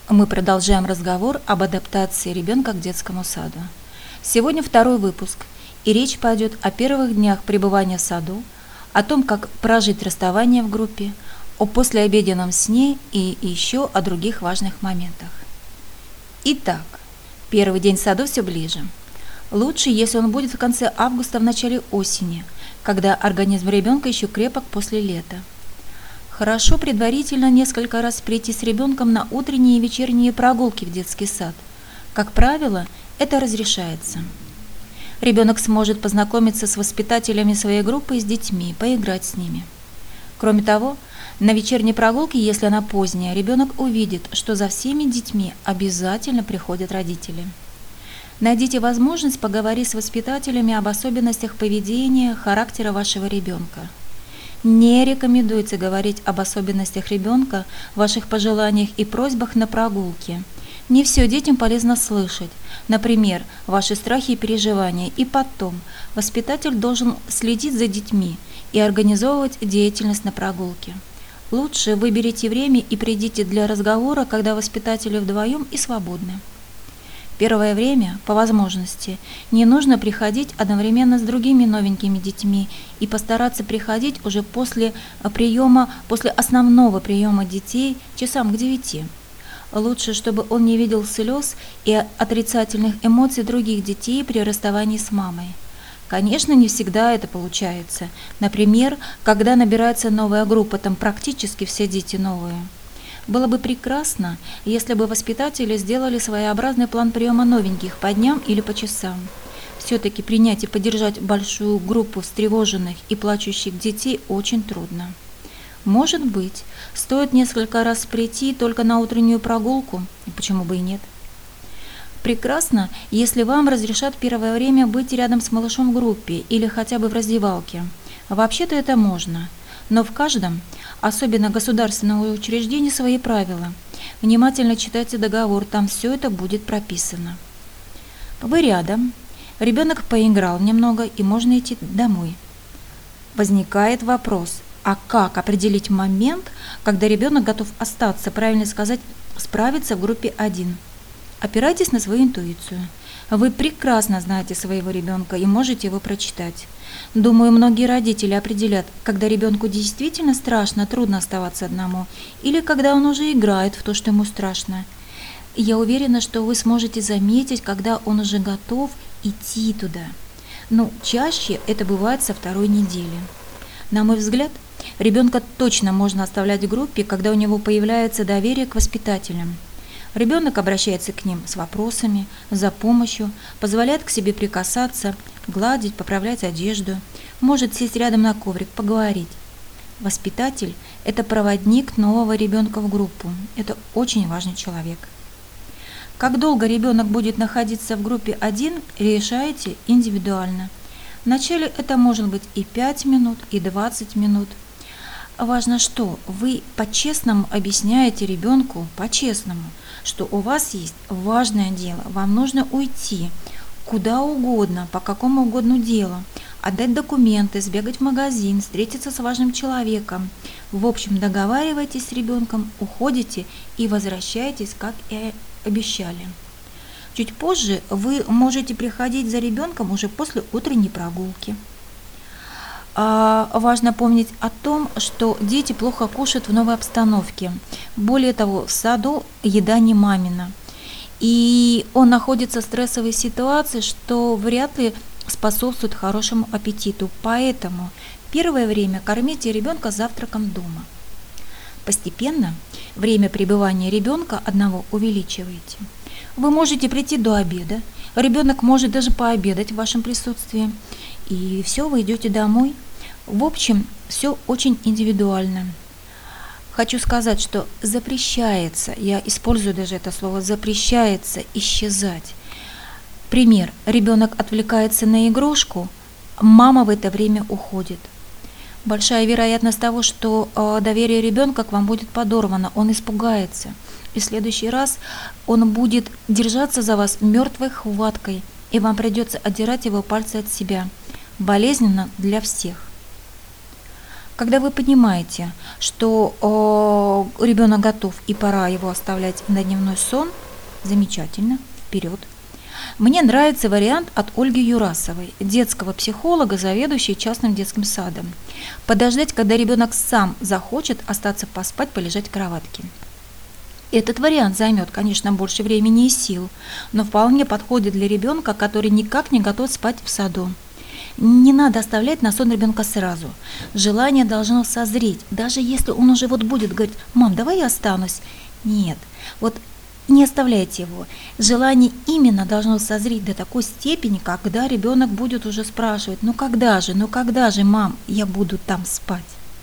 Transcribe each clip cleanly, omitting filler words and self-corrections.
Мы продолжаем разговор об адаптации ребенка к детскому саду. Сегодня второй выпуск, и речь пойдет о первых днях пребывания в саду, о том, как прожить расставание в группе, о послеобеденном сне и еще о других важных моментах. Итак, первый день в саду все ближе. Лучше, если он будет в конце августа, в начале осени, когда организм ребенка еще крепок после лета. Хорошо предварительно несколько раз прийти с ребенком на утренние и вечерние прогулки в детский сад. Как правило, это разрешается. Ребенок сможет познакомиться с воспитателями своей группы и с детьми, поиграть с ними. Кроме того, на вечерней прогулке, если она поздняя, ребенок увидит, что за всеми детьми обязательно приходят родители. Найдите возможность поговорить с воспитателями об особенностях поведения, характера вашего ребенка. Не рекомендуется говорить об особенностях ребенка, ваших пожеланиях и просьбах на прогулке. Не все детям полезно слышать. Например, ваши страхи и переживания. И потом, воспитатель должен следить за детьми и организовывать деятельность на прогулке. Лучше выберите время и придите для разговора, когда воспитатели вдвоем и свободны. Первое время, по возможности, не нужно приходить одновременно с другими новенькими детьми и постараться приходить уже после основного приема детей часам к 9. Лучше, чтобы он не видел слез и отрицательных эмоций других детей при расставании с мамой. Конечно, не всегда это получается. Например, когда набирается новая группа, там практически все дети новые. Было бы прекрасно, если бы воспитатели сделали своеобразный план приема новеньких по дням или по часам. Все-таки принять и поддержать большую группу встревоженных и плачущих детей очень трудно. Может быть, стоит несколько раз прийти только на утреннюю прогулку, почему бы и нет. Прекрасно, если вам разрешат первое время быть рядом с малышом в группе или хотя бы в раздевалке. Вообще-то это можно. Но в каждом, особенно государственном учреждении, свои правила. Внимательно читайте договор, там все это будет прописано. Вы рядом, ребенок поиграл немного и можно идти домой. Возникает вопрос, а как определить момент, когда ребенок готов остаться, правильно сказать, справиться в группе 1? Опирайтесь на свою интуицию. Вы прекрасно знаете своего ребенка и можете его прочитать. Думаю, многие родители определят, когда ребенку действительно страшно, трудно оставаться одному, или когда он уже играет в то, что ему страшно. Я уверена, что вы сможете заметить, когда он уже готов идти туда. Но чаще это бывает со второй недели. На мой взгляд, ребенка точно можно оставлять в группе, когда у него появляется доверие к воспитателям. Ребенок обращается к ним с вопросами, за помощью, позволяет к себе прикасаться, гладить, поправлять одежду, может сесть рядом на коврик, поговорить. Воспитатель – это проводник нового ребенка в группу. Это очень важный человек. Как долго ребенок будет находиться в группе 1, решайте индивидуально. Вначале это может быть и 5 минут, и 20 минут. Важно, что вы по-честному объясняете ребенку, по-честному, что у вас есть важное дело, вам нужно уйти куда угодно, по какому угодно делу, отдать документы, сбегать в магазин, встретиться с важным человеком. В общем, договаривайтесь с ребенком, уходите и возвращаетесь, как и обещали. Чуть позже вы можете приходить за ребенком уже после утренней прогулки. Важно помнить о том, что дети плохо кушают в новой обстановке. Более того, в саду еда не мамина. И он находится в стрессовой ситуации, что вряд ли способствует хорошему аппетиту. Поэтому первое время кормите ребенка завтраком дома. Постепенно время пребывания ребенка одного увеличиваете. Вы можете прийти до обеда, ребенок может даже пообедать в вашем присутствии, и все, вы идете домой. В общем, все очень индивидуально. Хочу сказать, что запрещается, я использую даже это слово, запрещается исчезать. Пример. Ребенок отвлекается на игрушку, мама в это время уходит. Большая вероятность того, что доверие ребенка к вам будет подорвано, он испугается. И в следующий раз он будет держаться за вас мертвой хваткой, и вам придется отдирать его пальцы от себя. Болезненно для всех. Когда вы понимаете, что ребенок готов и пора его оставлять на дневной сон, замечательно, вперед. Мне нравится вариант от Ольги Юрасовой, детского психолога, заведующей частным детским садом. Подождать, когда ребенок сам захочет остаться поспать, полежать в кроватке. Этот вариант займет, конечно, больше времени и сил, но вполне подходит для ребенка, который никак не готов спать в саду. Не надо оставлять на сон ребенка сразу. Желание должно созреть, даже если он уже будет говорить: «Мам, давай я останусь». Нет, не оставляйте его. Желание именно должно созреть до такой степени, когда ребенок будет уже спрашивать: ну когда же, мам, я буду там спать?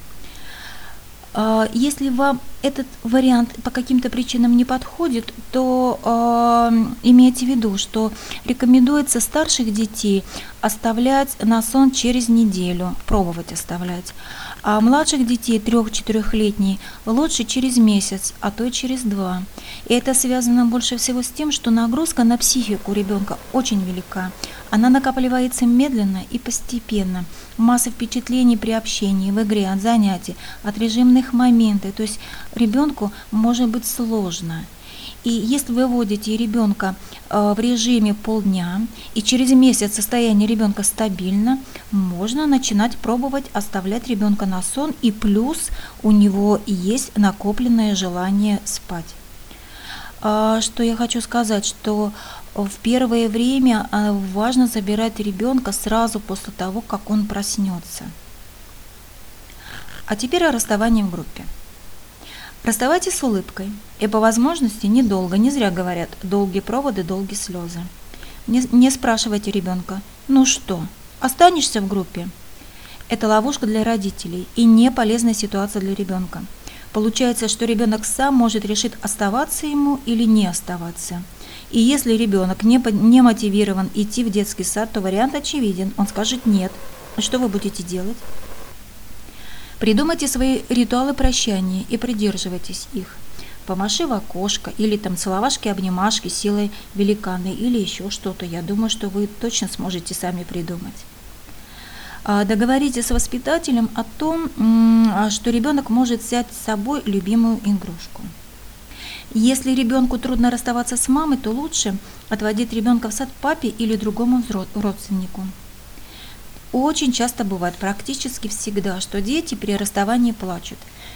Если вам этот вариант по каким-то причинам не подходит, то имейте в виду, что рекомендуется старших детей оставлять на сон через неделю, пробовать оставлять, а младших детей 3-4-летний лучше через месяц, а то и через 2. И это связано больше всего с тем, что нагрузка на психику ребенка очень велика. Она накапливается медленно и постепенно. Масса впечатлений при общении, в игре, от занятий, от режимных моментов. То есть ребенку может быть сложно. И если вы вводите ребенка в режиме полдня, и через месяц состояние ребенка стабильно, можно начинать пробовать оставлять ребенка на сон, и плюс у него есть накопленное желание спать. Что я хочу сказать, что в первое время важно забирать ребенка сразу после того, как он проснется. А теперь о расставании в группе. Расставайтесь с улыбкой и по возможности недолго, не зря говорят: долгие проводы, долгие слезы. Не спрашивайте ребенка: ну что, останешься в группе? Это ловушка для родителей и не полезная ситуация для ребенка. Получается, что ребенок сам может решить, оставаться ему или не оставаться. И если ребенок не мотивирован идти в детский сад, то вариант очевиден. Он скажет нет. Что вы будете делать? Придумайте свои ритуалы прощания и придерживайтесь их. Помаши в окошко, или целовашки-обнимашки силой великаны, или еще что-то. Я думаю, что вы точно сможете сами придумать. Договоритесь с воспитателем о том, что ребенок может взять с собой любимую игрушку. Если ребенку трудно расставаться с мамой, то лучше отводить ребенка в сад папе или другому родственнику. Очень часто бывает, практически всегда, что дети при расставании плачут.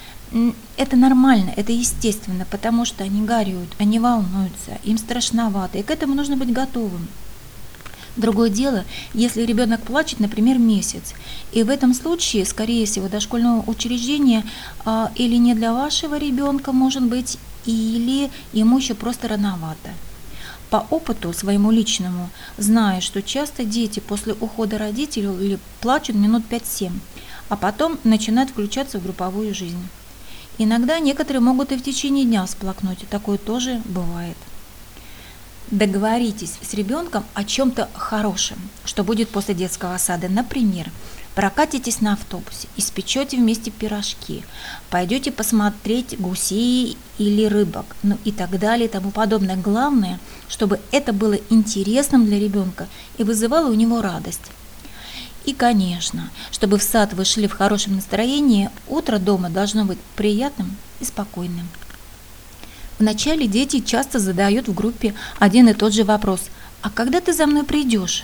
Это нормально, это естественно, потому что они горюют, они волнуются, им страшновато, и к этому нужно быть готовым. Другое дело, если ребенок плачет, например, месяц, и в этом случае, скорее всего, дошкольное учреждение или не для вашего ребенка, может быть, или ему еще просто рановато. По опыту своему личному знаю, что часто дети после ухода родителей плачут минут 5-7, а потом начинают включаться в групповую жизнь. Иногда некоторые могут и в течение дня всплакнуть, и такое тоже бывает. Договоритесь с ребенком о чем-то хорошем, что будет после детского сада. Например, прокатитесь на автобусе, испечете вместе пирожки, пойдете посмотреть гусей или рыбок, и так далее и тому подобное. Главное, чтобы это было интересным для ребенка и вызывало у него радость. И, конечно, чтобы в сад вы шли в хорошем настроении, утро дома должно быть приятным и спокойным. Вначале дети часто задают в группе один и тот же вопрос: «А когда ты за мной придешь?»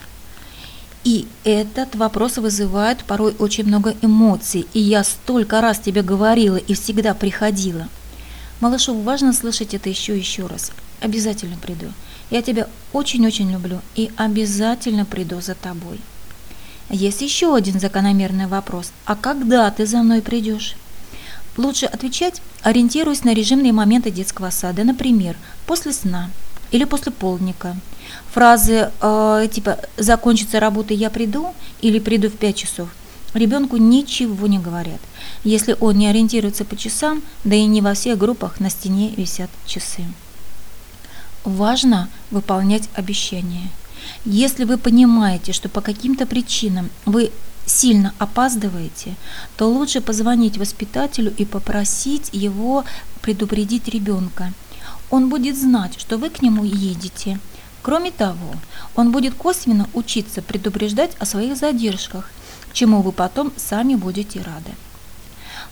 И этот вопрос вызывает порой очень много эмоций. «И я столько раз тебе говорила и всегда приходила». Малышу важно слышать это еще и еще раз. Обязательно приду. Я тебя очень-очень люблю и обязательно приду за тобой. Есть еще один закономерный вопрос: «А когда ты за мной придешь?» Лучше отвечать, ориентируясь на режимные моменты детского сада, например, после сна или после полдника. Фразы типа «закончится работа, я приду» или «приду в 5 часов» ребенку ничего не говорят, если он не ориентируется по часам, да и не во всех группах на стене висят часы. Важно выполнять обещания. Если вы понимаете, что по каким-то причинам вы сильно опаздываете, то лучше позвонить воспитателю и попросить его предупредить ребенка. Он будет знать, что вы к нему едете. Кроме того, он будет косвенно учиться предупреждать о своих задержках, чему вы потом сами будете рады.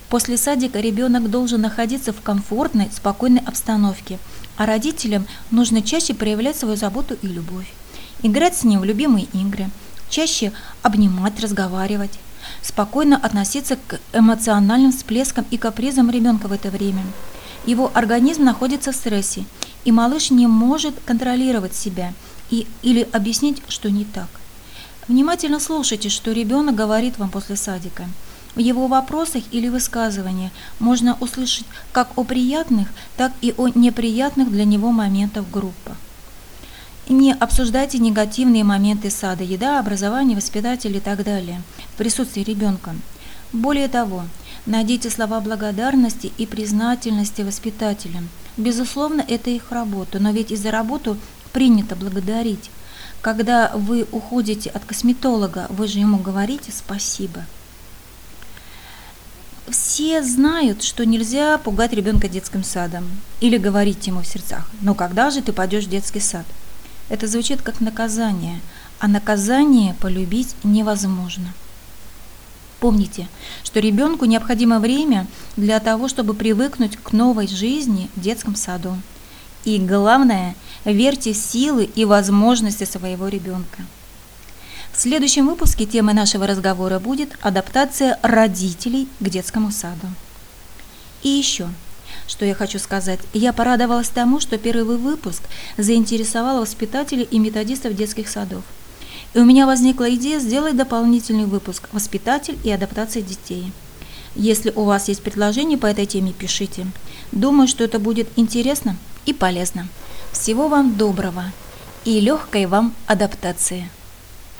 После садика ребенок должен находиться в комфортной, спокойной обстановке, а родителям нужно чаще проявлять свою заботу и любовь, играть с ним в любимые игры, чаще обнимать, разговаривать, спокойно относиться к эмоциональным всплескам и капризам ребенка в это время. Его организм находится в стрессе, и малыш не может контролировать себя или объяснить, что не так. Внимательно слушайте, что ребенок говорит вам после садика. В его вопросах или высказываниях можно услышать как о приятных, так и о неприятных для него моментах в группах. Не обсуждайте негативные моменты сада, еда, образование, воспитатели и так далее в присутствии ребенка. Более того, найдите слова благодарности и признательности воспитателям. Безусловно, это их работа, но ведь и за работу принято благодарить. Когда вы уходите от косметолога, вы же ему говорите «спасибо». Все знают, что нельзя пугать ребенка детским садом или говорить ему в сердцах: «Ну когда же ты пойдешь в детский сад?» Это звучит как наказание, а наказание полюбить невозможно. Помните, что ребенку необходимо время для того, чтобы привыкнуть к новой жизни в детском саду. И главное, верьте в силы и возможности своего ребенка. В следующем выпуске темой нашего разговора будет адаптация родителей к детскому саду. И еще, что я хочу сказать, я порадовалась тому, что первый выпуск заинтересовал воспитателей и методистов детских садов. И у меня возникла идея сделать дополнительный выпуск «Воспитатель и адаптация детей». Если у вас есть предложения по этой теме, пишите. Думаю, что это будет интересно и полезно. Всего вам доброго и легкой вам адаптации.